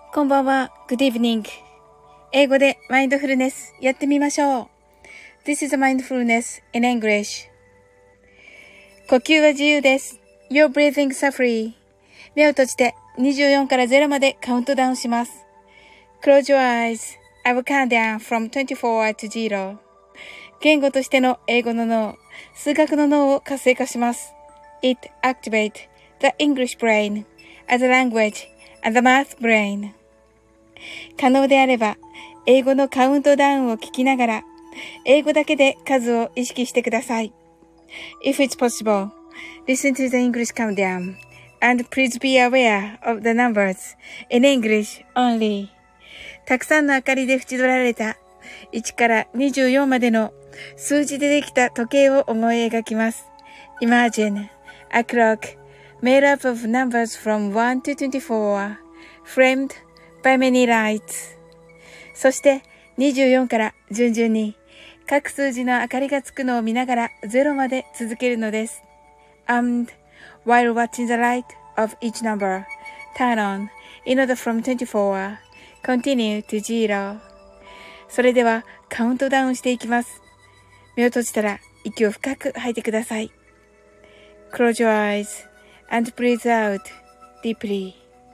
こんばんは。Good evening. 英語でマインドフルネスやってみましょう。This is mindfulness in English. 呼吸は自由です。Your breathing is free. 目を閉じて24から0までカウントダウンします。Close your eyes. I will count down from 24 to 0. 言語としての英語の脳、数学の脳を活性化します。It activates the English brain as a language and the math brain. 可能であれば、英語のカウントダウンを聞きながら、英語だけで数を意識してください。If it's possible, listen to the English countdown, and please be aware of the numbers in English only. たくさんの明かりで縁取られた1から24までの数字でできた時計を思い描きます。Imagine a clock made up of numbers from 1 to 24, framed by many lights. そして24から順々に各数字の明かりがつくのを見ながら0まで続けるのです。And while watching the light of each number turn on in order from 24, continue to 0. それではカウントダウンしていきます。目を閉じたら息を深く吐いてください。Close your eyes and breathe out deeply.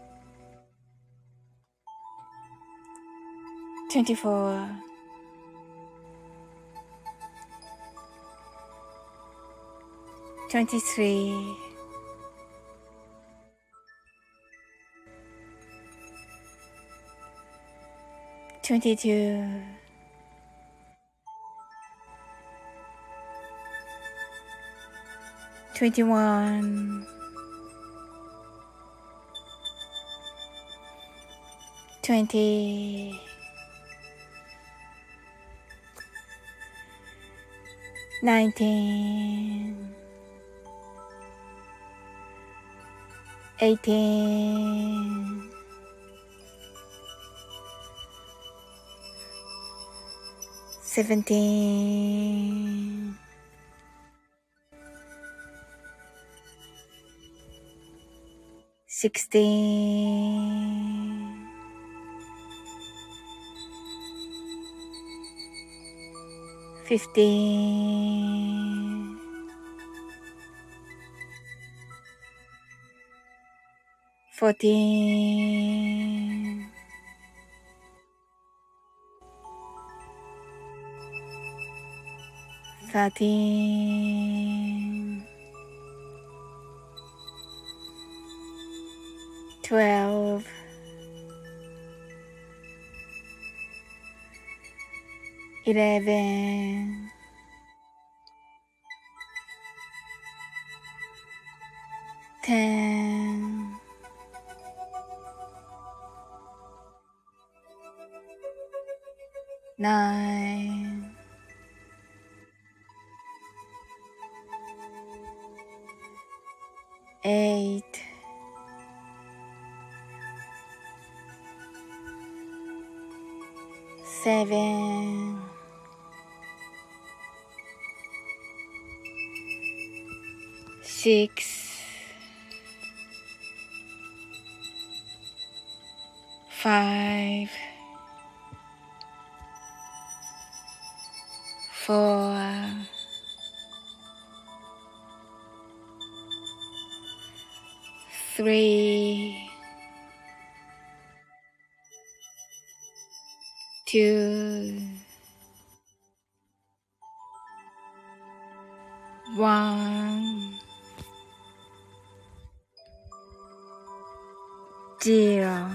24 23 22 21 20 19 18 17 16 15 14 13 12 11 10 9 8 7 6 5 4 3 2 1 0。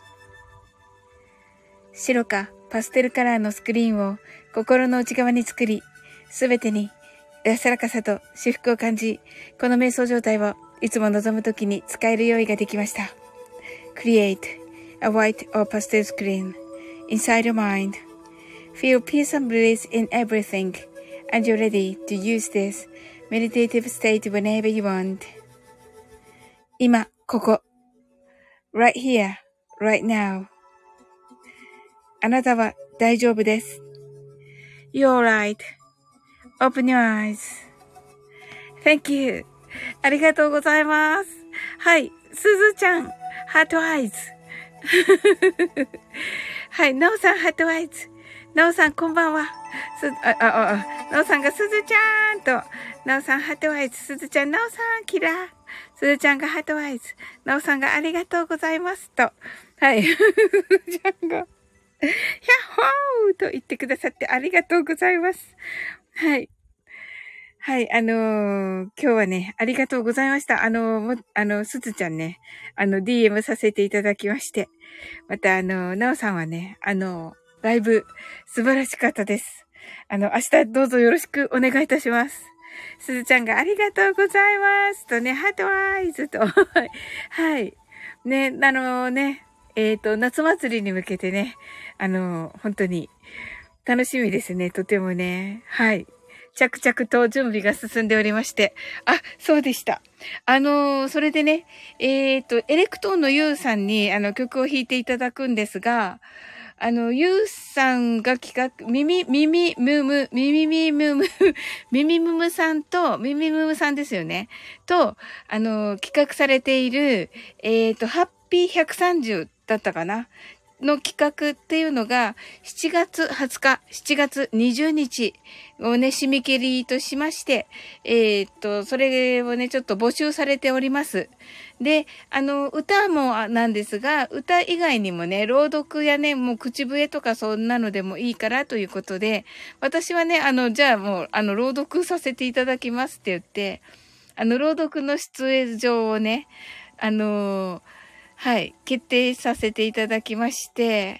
白かパステルカラーのスクリーンを心の内側に作り、すべてに安らかさと至福を感じ、この瞑想状態をいつも望むときに使える用意ができました。Create a white or pastel screen inside your mind. Feel peace and bliss in everything, and you're ready to use this meditative state whenever you want. 今、ここ。Right here, right now. あなたは大丈夫です。You're right.Open your eyes. Thank you. ありがとうございます。はい。すずちゃん、ハートアイズ。 はい、なおさん、ハートワイズ。なおさん、こんばんは。なおさんがすずちゃんと、なおさん、ハートワイズ。すずちゃん、なおさん、キラー。すずちゃんがハートワイズ。なおさんがありがとうございますと。はい。すずちゃんが、ヒャッホーと言ってくださってありがとうございます。はい。はい、今日はね、ありがとうございました。すずちゃんね、DM させていただきまして。また、なおさんはね、ライブ、素晴らしかったです。明日どうぞよろしくお願いいたします。すずちゃんがありがとうございますとね、ハートワイズと、はい。ね、夏祭りに向けてね、本当に楽しみですね、とてもね。はい。着々と準備が進んでおりまして。あ、そうでした。それでね、エレクトーンのユウさんに、曲を弾いていただくんですが、ユウさんが企画、ミミムム、ミミムムさんと、ミミムムさんですよね。と、企画されている、ハッピー130だったかなの企画っていうのが、7月20日、7月20日をね、締め切りとしまして、それをね、ちょっと募集されております。で、歌もなんですが、歌以外にもね、朗読やね、もう口笛とかそんなのでもいいからということで、私はね、じゃあもう、朗読させていただきますって言って、朗読の出演状をね、はい、決定させていただきまして、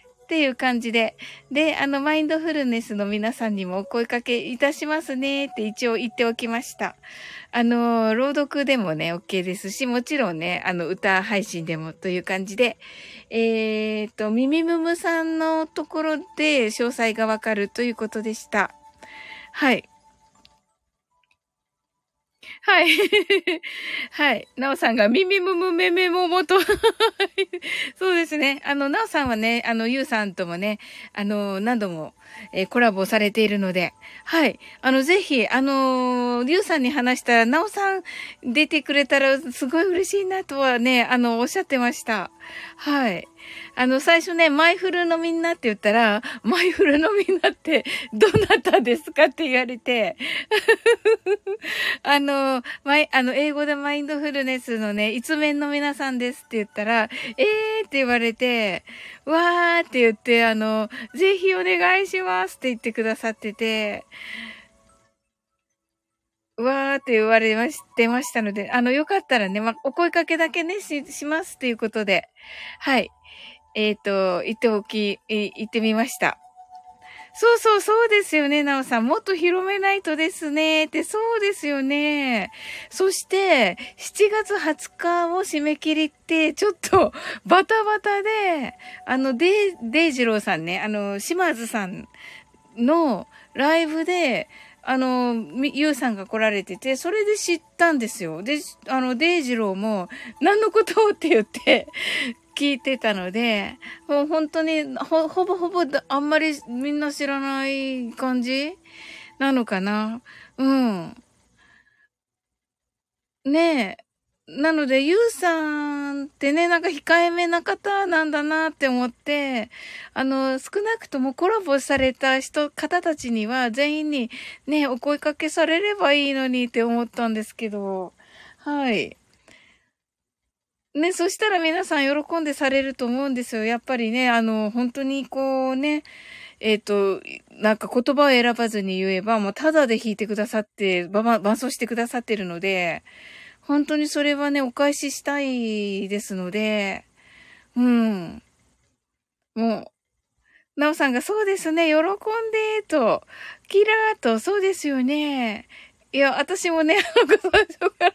っていう感じで。で、マインドフルネスの皆さんにもお声かけいたしますねって一応言っておきました。朗読でもね、OK ですし、もちろんね、歌配信でもという感じで、ミミムムさんのところで詳細がわかるということでした。はい。はい。はい。なおさんがミミムムメメモモと。そうですね。なおさんはね、ゆうさんともね、何度も、コラボされているので、はい。ぜひ、ゆうさんに話したら、なおさん出てくれたらすごい嬉しいなとはね、おっしゃってました。はい。最初ね、マイフルのみんなって言ったら、マイフルのみんなってどなたですかって言われて、英語でマインドフルネスのね、一面の皆さんですって言ったら、って言われて、わーって言って、ぜひお願いしますって言ってくださってて、わーって言われましたので、よかったらね、お声かけだけね、しますっていうことで、はい。言ってみました。そうそう、そうですよね、なおさん。もっと広めないとですね。って、そうですよね。そして、7月20日を締め切りって、ちょっと、バタバタで、デイジローさんね、島津さんのライブで、ゆうさんが来られてて、それで知ったんですよ。で、デイジローも、何のことって言って、聞いてたので、もう本当に、ほぼほぼあんまりみんな知らない感じなのかな。うん。ねえ。なので、ゆうさんってね、なんか控えめな方なんだなって思って、少なくともコラボされた方たちには全員にね、お声かけされればいいのにって思ったんですけど、はい。ね、そしたら皆さん喜んでされると思うんですよ。やっぱりね、本当にこうね、なんか言葉を選ばずに言えば、もうただで弾いてくださって、伴奏してくださってるので、本当にそれはね、お返ししたいですので、うん。もう、なおさんがそうですね、喜んで、と、キラーと、そうですよね。いや、私もね、最初から、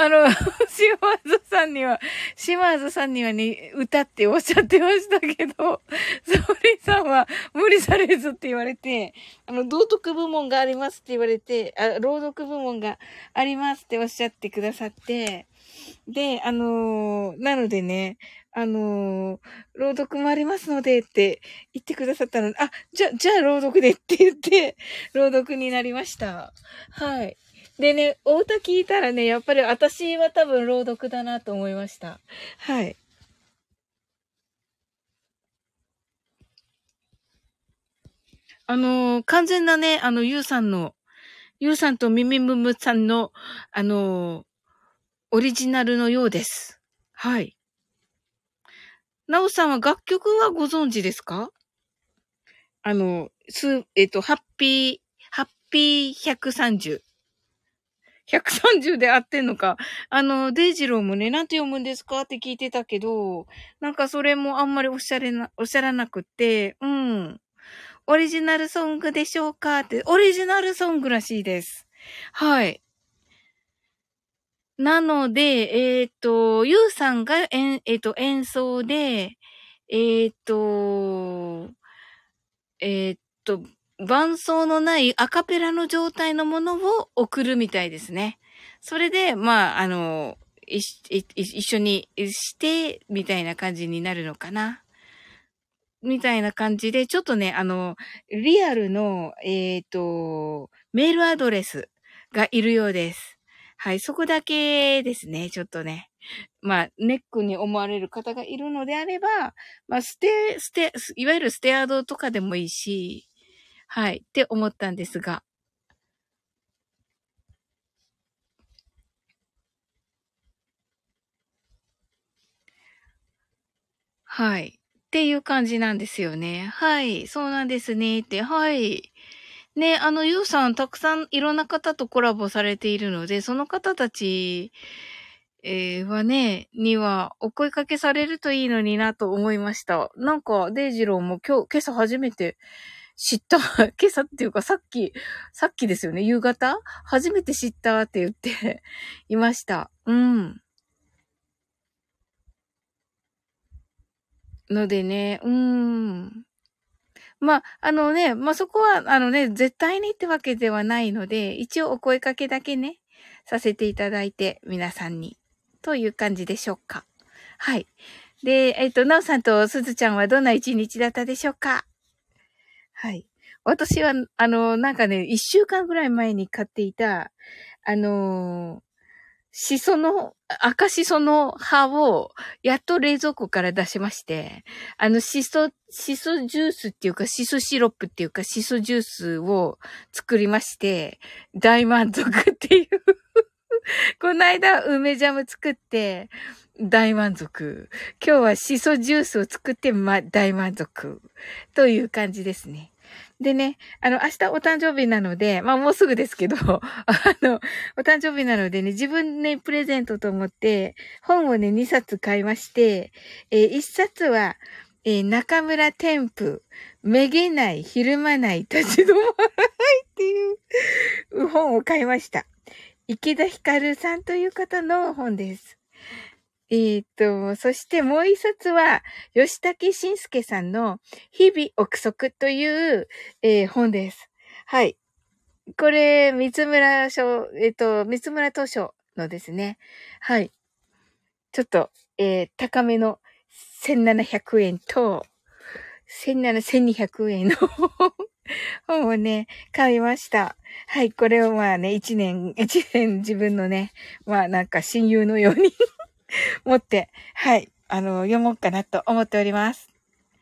島津さんにはね、歌っておっしゃってましたけど、ソーリーさんは無理されずって言われて、道徳部門がありますって言われて、朗読部門がありますっておっしゃってくださって、で、なのでね、朗読もありますのでって言ってくださったので、じゃあ朗読でって言って、朗読になりました。はい。でね、お歌聞いたらね、やっぱり私は多分朗読だなと思いました。はい。 完全なね、ゆうさんとミミムムさんの、オリジナルのようです。はい。なおさんは楽曲はご存知ですか？ハッピー130。130で合ってんのか。デイジローもね、なんて読むんですかって聞いてたけど、なんかそれもあんまりおっしゃらなくて、うん。オリジナルソングでしょうかって、オリジナルソングらしいです。はい。なので、ゆうさんが演奏で、えっと、えーっと、伴奏のないアカペラの状態のものを送るみたいですね。それで、まあ、一緒にして、みたいな感じになるのかな。みたいな感じで、ちょっとね、リアルの、メールアドレスがいるようです。はい、そこだけですね、ちょっとね。まあ、ネックに思われる方がいるのであれば、まあ、いわゆるステアードとかでもいいし、はい、って思ったんですが。はい。っていう感じなんですよね。はい。そうなんですね。って、はい。ね、ゆうさん、たくさんいろんな方とコラボされているので、その方たち、はね、にはお声かけされるといいのになと思いました。なんか、デイジローも今朝初めて知った。今朝っていうかさっきですよね。夕方初めて知ったって言っていました。うん。のでね、まあ、まあ、そこは、絶対にってわけではないので、一応お声かけだけね、させていただいて、皆さんに、という感じでしょうか。はい。で、なおさんとすずちゃんはどんな一日だったでしょうか？はい。私は、なんかね、1週間ぐらい前に買っていた、あの赤しその葉を、やっと冷蔵庫から出しまして、しそジュースっていうか、しそシロップっていうか、しそジュースを作りまして、大満足っていう。この間、梅ジャム作って、大満足。今日はしそジュースを作って、大満足。という感じですね。でね、明日お誕生日なので、まあもうすぐですけど、お誕生日なのでね、自分ね、プレゼントと思って、本をね、2冊買いまして、1冊は、中村天風、めげない、ひるまない、立ち止まらないっていう本を買いました。池田ひかるさんという方の本です。そしてもう一冊は、吉武慎介さんの日々憶測という、本です。はい。これ、三村図書のですね。はい。ちょっと、高めの1700円と、1200円の本をね、買いました。はい。これをまあね、一年自分のね、まあなんか親友のように持って、はい、読もうかなと思っております。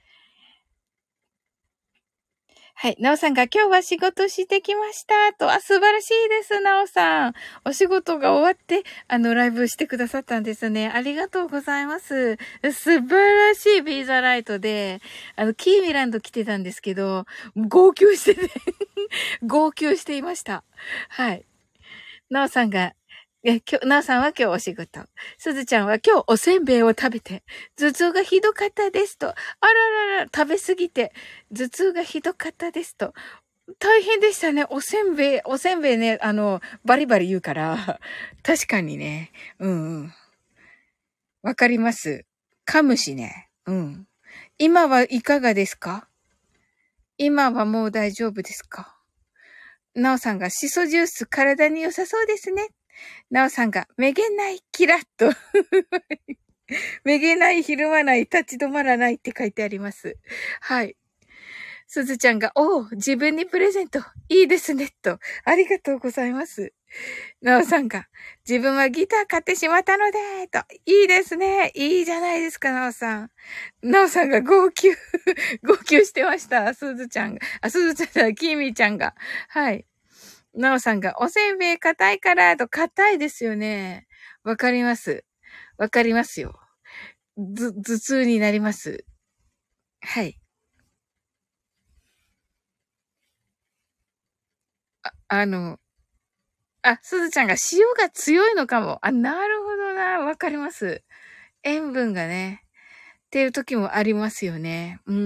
はい。なおさんが今日は仕事してきましたと、素晴らしいです、なおさん。お仕事が終わって、ライブしてくださったんですね。ありがとうございます。素晴らしいビーザライトで、キーミランド来てたんですけど、号泣してて号泣していました。はい。なおさんが、なおさんは今日お仕事。すずちゃんは今日おせんべいを食べて、頭痛がひどかったですと。あららら、食べすぎて、頭痛がひどかったですと。大変でしたね。おせんべいね、バリバリ言うから。確かにね。うんうん。わかります。噛むしね。うん。今はいかがですか？今はもう大丈夫ですか？なおさんがシソジュース体に良さそうですね。なおさんが、めげない、キラッと。めげない、ひるまない、立ち止まらないって書いてあります。はい。 すずちゃんが、自分にプレゼント。いいですね、と。ありがとうございます。なおさんが、自分はギター買ってしまったので、と。いいですね。いいじゃないですか、なおさん。なおさんが号泣、号泣してました。すずちゃんが。すずちゃんだ、きみちゃんが。はい。なおさんが、おせんべい硬いから、と。硬いですよね。わかります。わかりますよ。頭痛になります。はい。あの、すずちゃんが塩が強いのかも。なるほどな。わかります。塩分がね、っていう時もありますよね。うん。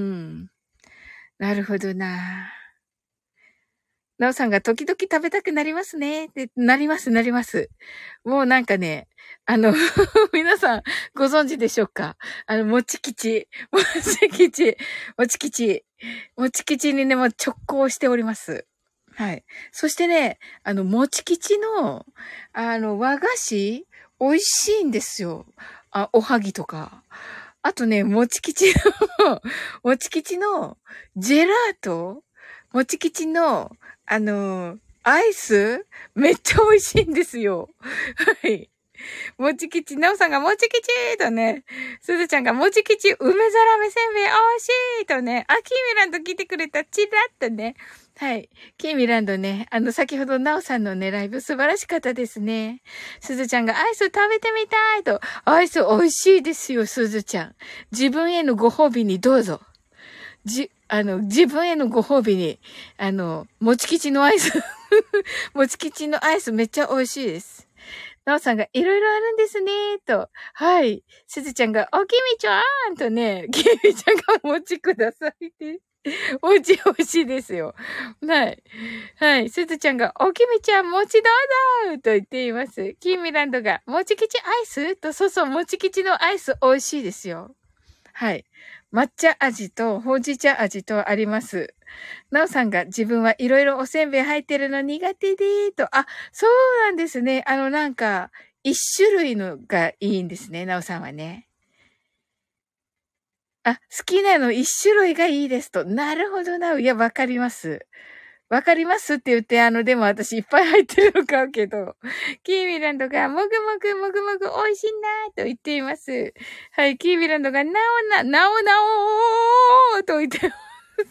なるほどな。なおさんが時々食べたくなりますね。なります、なります。もうなんかね、皆さんご存知でしょうか？もち吉、もち吉、もち吉、もち吉にね、もう直行しております。はい。そしてね、もち吉の、和菓子、美味しいんですよ。おはぎとか。あとね、もち吉の、もち吉の、ジェラートもち吉の、アイスめっちゃ美味しいんですよ。はい。もち吉、なおさんがもち吉とね、すずちゃんがもち吉、梅ざらめせんべい美味しいとね、キーミランド来てくれた、チラッとね。はい。キーミランドね、先ほどなおさんのね、ライブ素晴らしかったですね。すずちゃんがアイス食べてみたいと、アイス美味しいですよ、すずちゃん。自分へのご褒美にどうぞ。自分へのご褒美に、もち吉のアイスもち吉のアイスめっちゃ美味しいです。なおさんがいろいろあるんですね、と。はい。すずちゃんが、おきみちゃんとね、きみちゃんがお餅くださいって。お餅美味しいですよ。はい。はい。すずちゃんが、おきみちゃん餅どうぞと言っています。キーミランドが、もち吉アイスと、そうそう、もち吉のアイス美味しいですよ。はい。抹茶味とほうじ茶味とあります。なおさんが自分はいろいろおせんべい入ってるの苦手でーと。そうなんですね。なんか、一種類のがいいんですね。なおさんはね。好きなの一種類がいいですと。なるほどな。いや、わかります。わかりますって言って、でも私いっぱい入ってるの買うけど、キーミランドが、もぐもぐもぐもぐ美味しいなと言っています。はい、キーミランドが、なおと言ってます。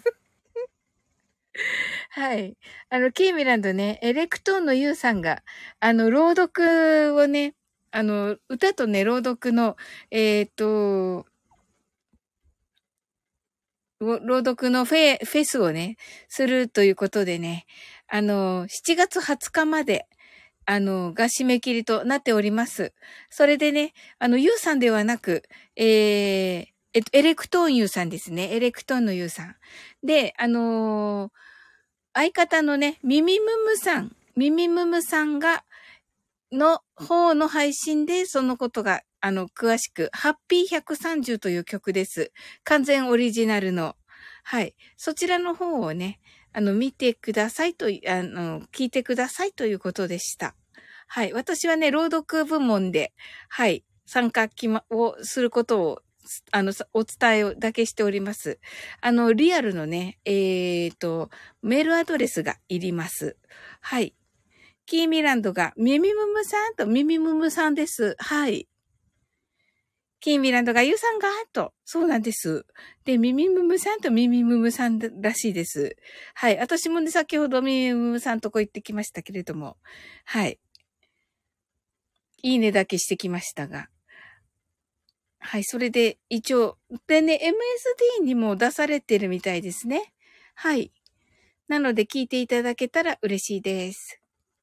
はい。キーミランドね、エレクトーンのユウさんが、朗読をね、歌とね、朗読の、朗読のフェスをね、するということでね、7月20日まで、が締め切りとなっております。それでね、ユウさんではなく、エレクトーンユウさんですね。エレクトーンのユウさん。で、相方のね、ミミムムさんが、の方の配信でそのことが、詳しく、ハッピー130という曲です。完全オリジナルの。はい。そちらの方をね、見てくださいと、聞いてくださいということでした。はい。私はね、朗読部門で、はい、参加をすることを、お伝えをだけしております。リアルのね、メールアドレスがいります。はい。キーミランドが、ミミムムさんとミミムムさんです。はい。キーミランドがユさんがと。そうなんです。で、ミミムムさんとミミムムさんらしいです。はい。私もね、先ほどミミムムさんとこ行ってきましたけれども。はい。いいねだけしてきましたが。はい。それで、一応、でね、MSD にも出されてるみたいですね。はい。なので、聞いていただけたら嬉しいです。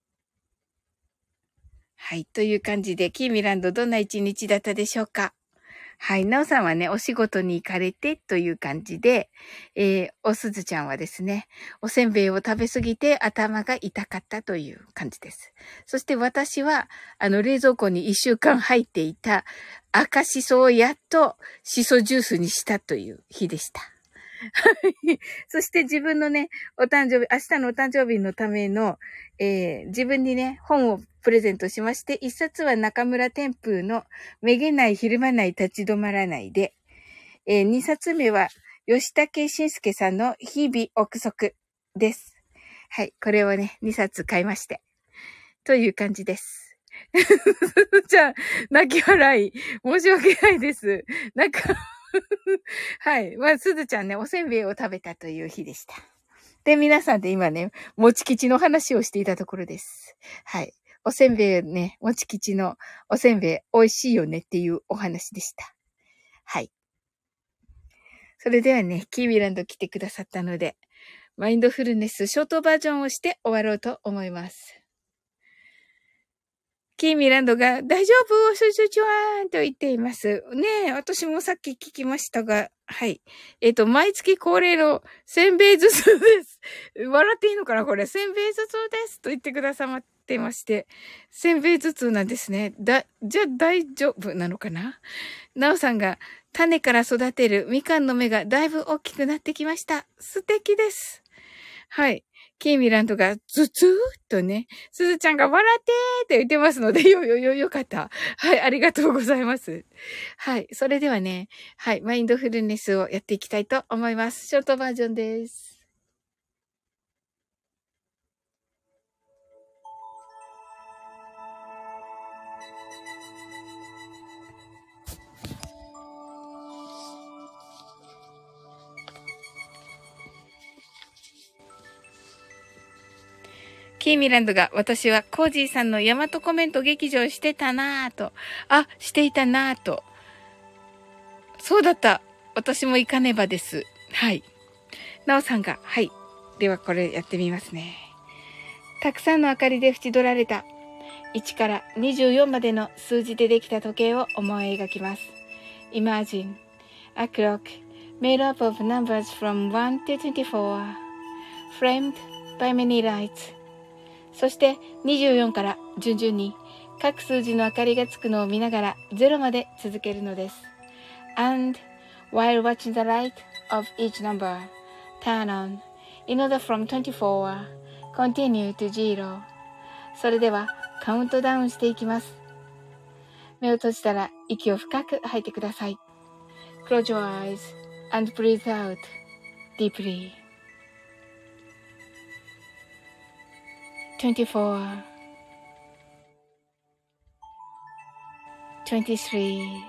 はい。という感じで、キーミランドどんな一日だったでしょうか？はい。なおさんはね、お仕事に行かれてという感じで、おすずちゃんはですね、おせんべいを食べ過ぎて頭が痛かったという感じです。そして私は、冷蔵庫に1週間入っていた赤しそをやっとしそジュースにしたという日でした。そして自分のね、明日のお誕生日のための、自分にね、本をプレゼントしまして、一冊は中村天風のめげない、ひるまない、立ち止まらないで、二冊目は吉武慎介さんの日々憶測です。はい。これをね、2冊買いまして。という感じです。じゃあ、泣き笑い。申し訳ないです。なんかはい。まあ、すずちゃんね、おせんべいを食べたという日でした。で、皆さんで今ね、もち吉の話をしていたところです。はい。おせんべいね、もち吉のおせんべい美味しいよねっていうお話でした。はい。それではね、キーミランド来てくださったので、マインドフルネスショートバージョンをして終わろうと思います。キーミランドが大丈夫すずちゃんと言っています。ねえ、私もさっき聞きましたが、はい。毎月恒例のせんべい頭痛です。笑っていいのかなこれ。せんべい頭痛ですと言ってくださってまして。せんべい頭痛なんですね。じゃあ大丈夫なのかな。なおさんが種から育てるみかんの芽がだいぶ大きくなってきました。素敵です。はい。キーミランドがズツーっとね、すずちゃんが笑ってーって言ってますので、よかった。はい、ありがとうございます。はい。それではね、はい、マインドフルネスをやっていきたいと思います。ショートバージョンです。キーミランドが、私はコージーさんのヤマトコメント劇場してたなぁと。あ、していたなぁと。そうだった。私も行かねばです。はい。なおさんが、はい。ではこれやってみますね。たくさんの明かりで縁取られた1から24までの数字でできた時計を思い描きます。Imagine a clock made up of numbers from 1 to 24, framed by many lights. そして24から順々に各数字の明かりがつくのを見ながら0まで続けるのです。And while watching the light of each number turn on in order from 24, continue to 0. それではカウントダウンしていきます。目を閉じたら息を深く吐いてください。Close your eyes and breathe out deeply. 24, 23,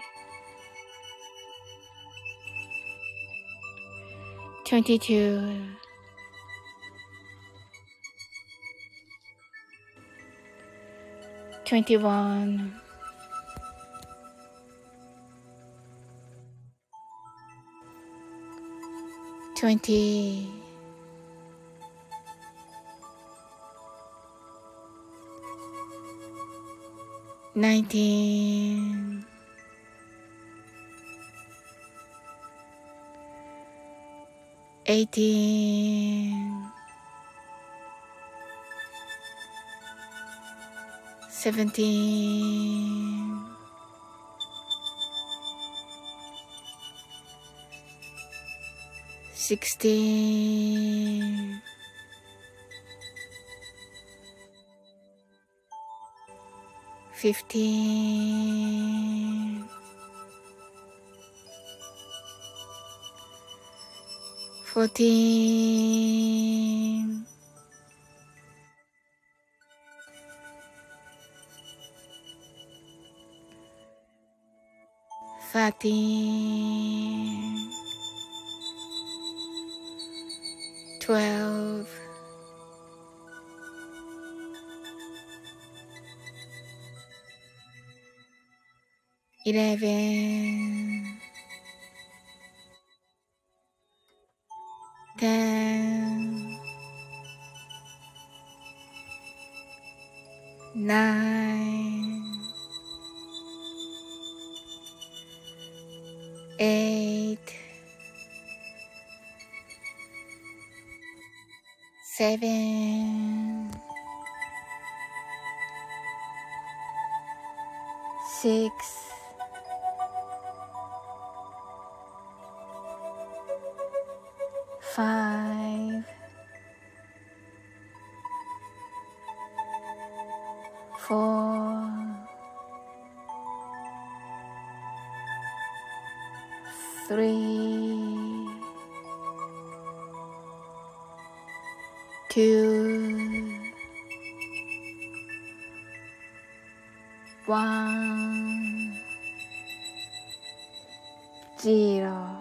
22, 21, 20, 19, 18, 17, 16, 15, 14, 13, 12, 11, 10, 9, 8, 7, 6, 5, 4, 3, 2 1 0。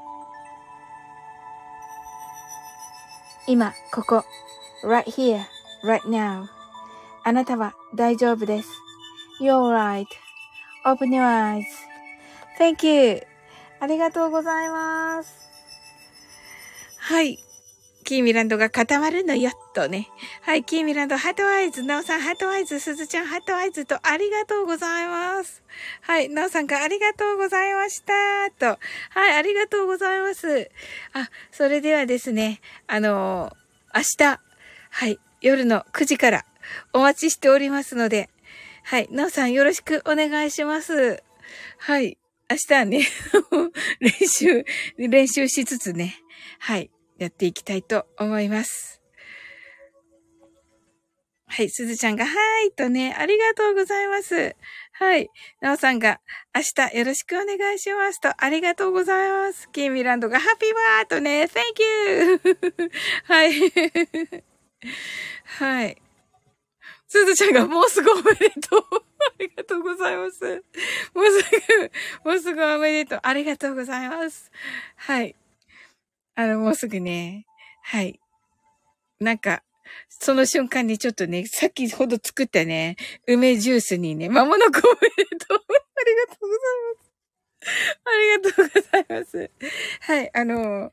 今、ここ、right here, right now。あなたは大丈夫です。You're right.Open your eyes.Thank you. ありがとうございます。はい。キーミランドが固まるのよ、とね。はい、キーミランド、ハートアイズ、ナオさん、ハートアイズ、すずちゃん、ハートアイズと、ありがとうございます。はい、ナオさんがありがとうございました、と。はい、ありがとうございます。あ、それではですね、明日、はい、夜の9時からお待ちしておりますので、はい、ナオさんよろしくお願いします。はい、明日はね、練習しつつね、はい、やっていきたいと思います。はい、すずちゃんが、はいとね、ありがとうございます。はい、なおさんが、明日よろしくお願いしますと、ありがとうございます。キーミランドが、ハッピーバーとね、Thank you! はい。はい。すずちゃんが、もうすぐおめでとう。ありがとうございます。もうすぐおめでとう。ありがとうございます。はい。もうすぐね。はい。なんか、その瞬間にちょっとね、先ほど作ったね、梅ジュースにね、まもなくおめでとう。ありがとうございます。ありがとうございます。はい、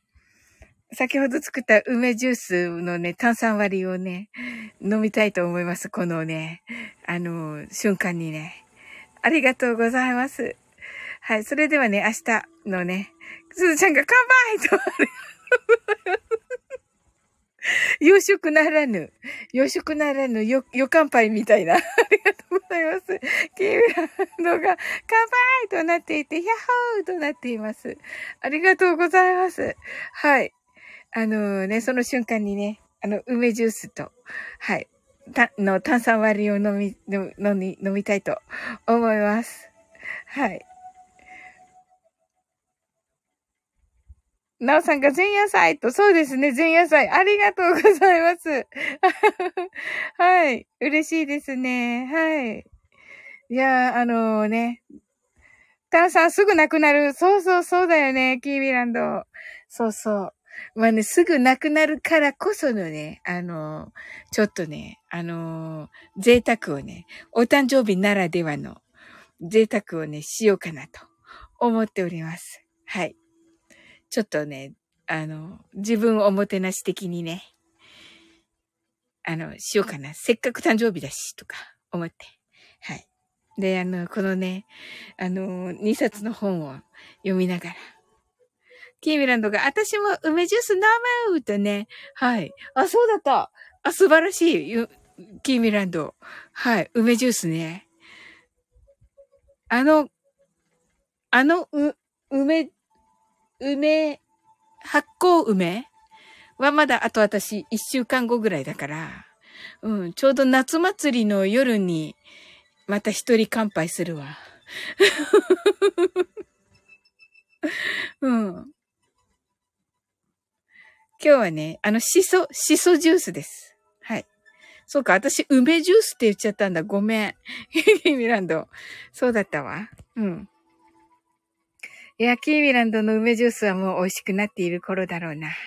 先ほど作った梅ジュースのね、炭酸割りをね、飲みたいと思います。このね、瞬間にね。ありがとうございます。はい、それではね、明日のね、すずちゃんが乾杯と、ありがとうございます。洋食ならぬ、よ乾杯みたいな。ありがとうございます。キーミランドが乾杯となっていて、ヤッホーとなっています。ありがとうございます。はい。その瞬間にね、梅ジュースと、はい。炭酸割りを飲みたいと思います。はい。なおさんが前夜祭と、そうですね、前夜祭。ありがとうございます。はい。嬉しいですね。はい。いやね。炭酸すぐなくなる。そうそうそうだよね、キーミランド。そうそう。まあね、すぐなくなるからこそのね、ちょっとね、贅沢をね、お誕生日ならではの贅沢をね、しようかなと思っております。はい。ちょっとね、自分おもてなし的にね、しようかな。せっかく誕生日だし、とか思って。はい。で、このね、2冊の本を読みながら。キーミランドが、私も梅ジュース飲むとね。はい。あ、そうだった。あ、素晴らしい。キーミランド。はい。梅ジュースね。発酵梅はまだあと私1週間後ぐらいだから、うん、ちょうど夏祭りの夜にまた一人乾杯するわ。うん。今日はね、シソジュースです。はい。そうか、私、梅ジュースって言っちゃったんだ。ごめん。キーミランド。そうだったわ。うん。いや、キーミランドの梅ジュースはもう美味しくなっている頃だろうな。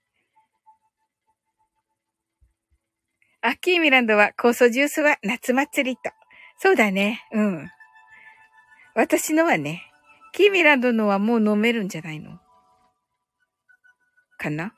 キーミランドは酵素ジュースは夏祭りと。そうだね。うん。私のはね、キーミランドのはもう飲めるんじゃないのかな。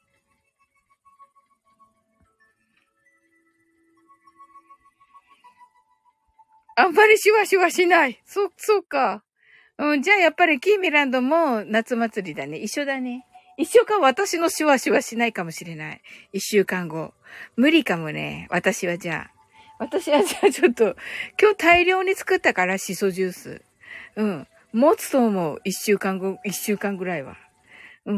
あんまりシュワシュワしない。そうか。うん、じゃあやっぱりキーミランドも夏祭りだね。一緒だね。一緒か私のシュワシュワしないかもしれない。一週間後。無理かもね。私はじゃあちょっと、今日大量に作ったからシソジュース。うん。持つと思う。一週間ぐらいは。うん。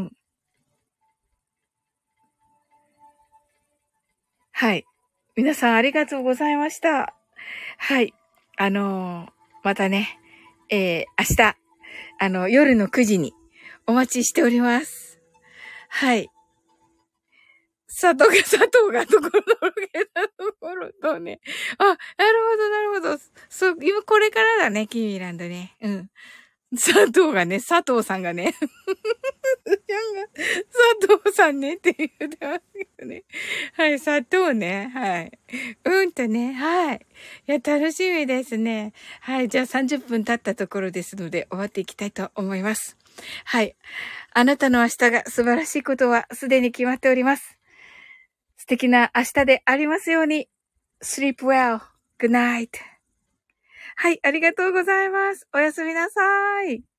はい。皆さんありがとうございました。はい。またね、明日、夜の9時にお待ちしております。はい。 佐藤がところどけたところとね。あ、なるほど、なるほど。そう、今これからだね、キーミランドね。うん。佐藤がね、佐藤さんがね。佐藤さんねって言ってますけどね。はい、佐藤ね。はい。うんとね、はい。いや、楽しみですね。はい、じゃあ30分経ったところですので、終わっていきたいと思います。はい。あなたの明日が素晴らしいことはすでに決まっております。素敵な明日でありますように。sleep well. Good night. はい、ありがとうございます。おやすみなさい。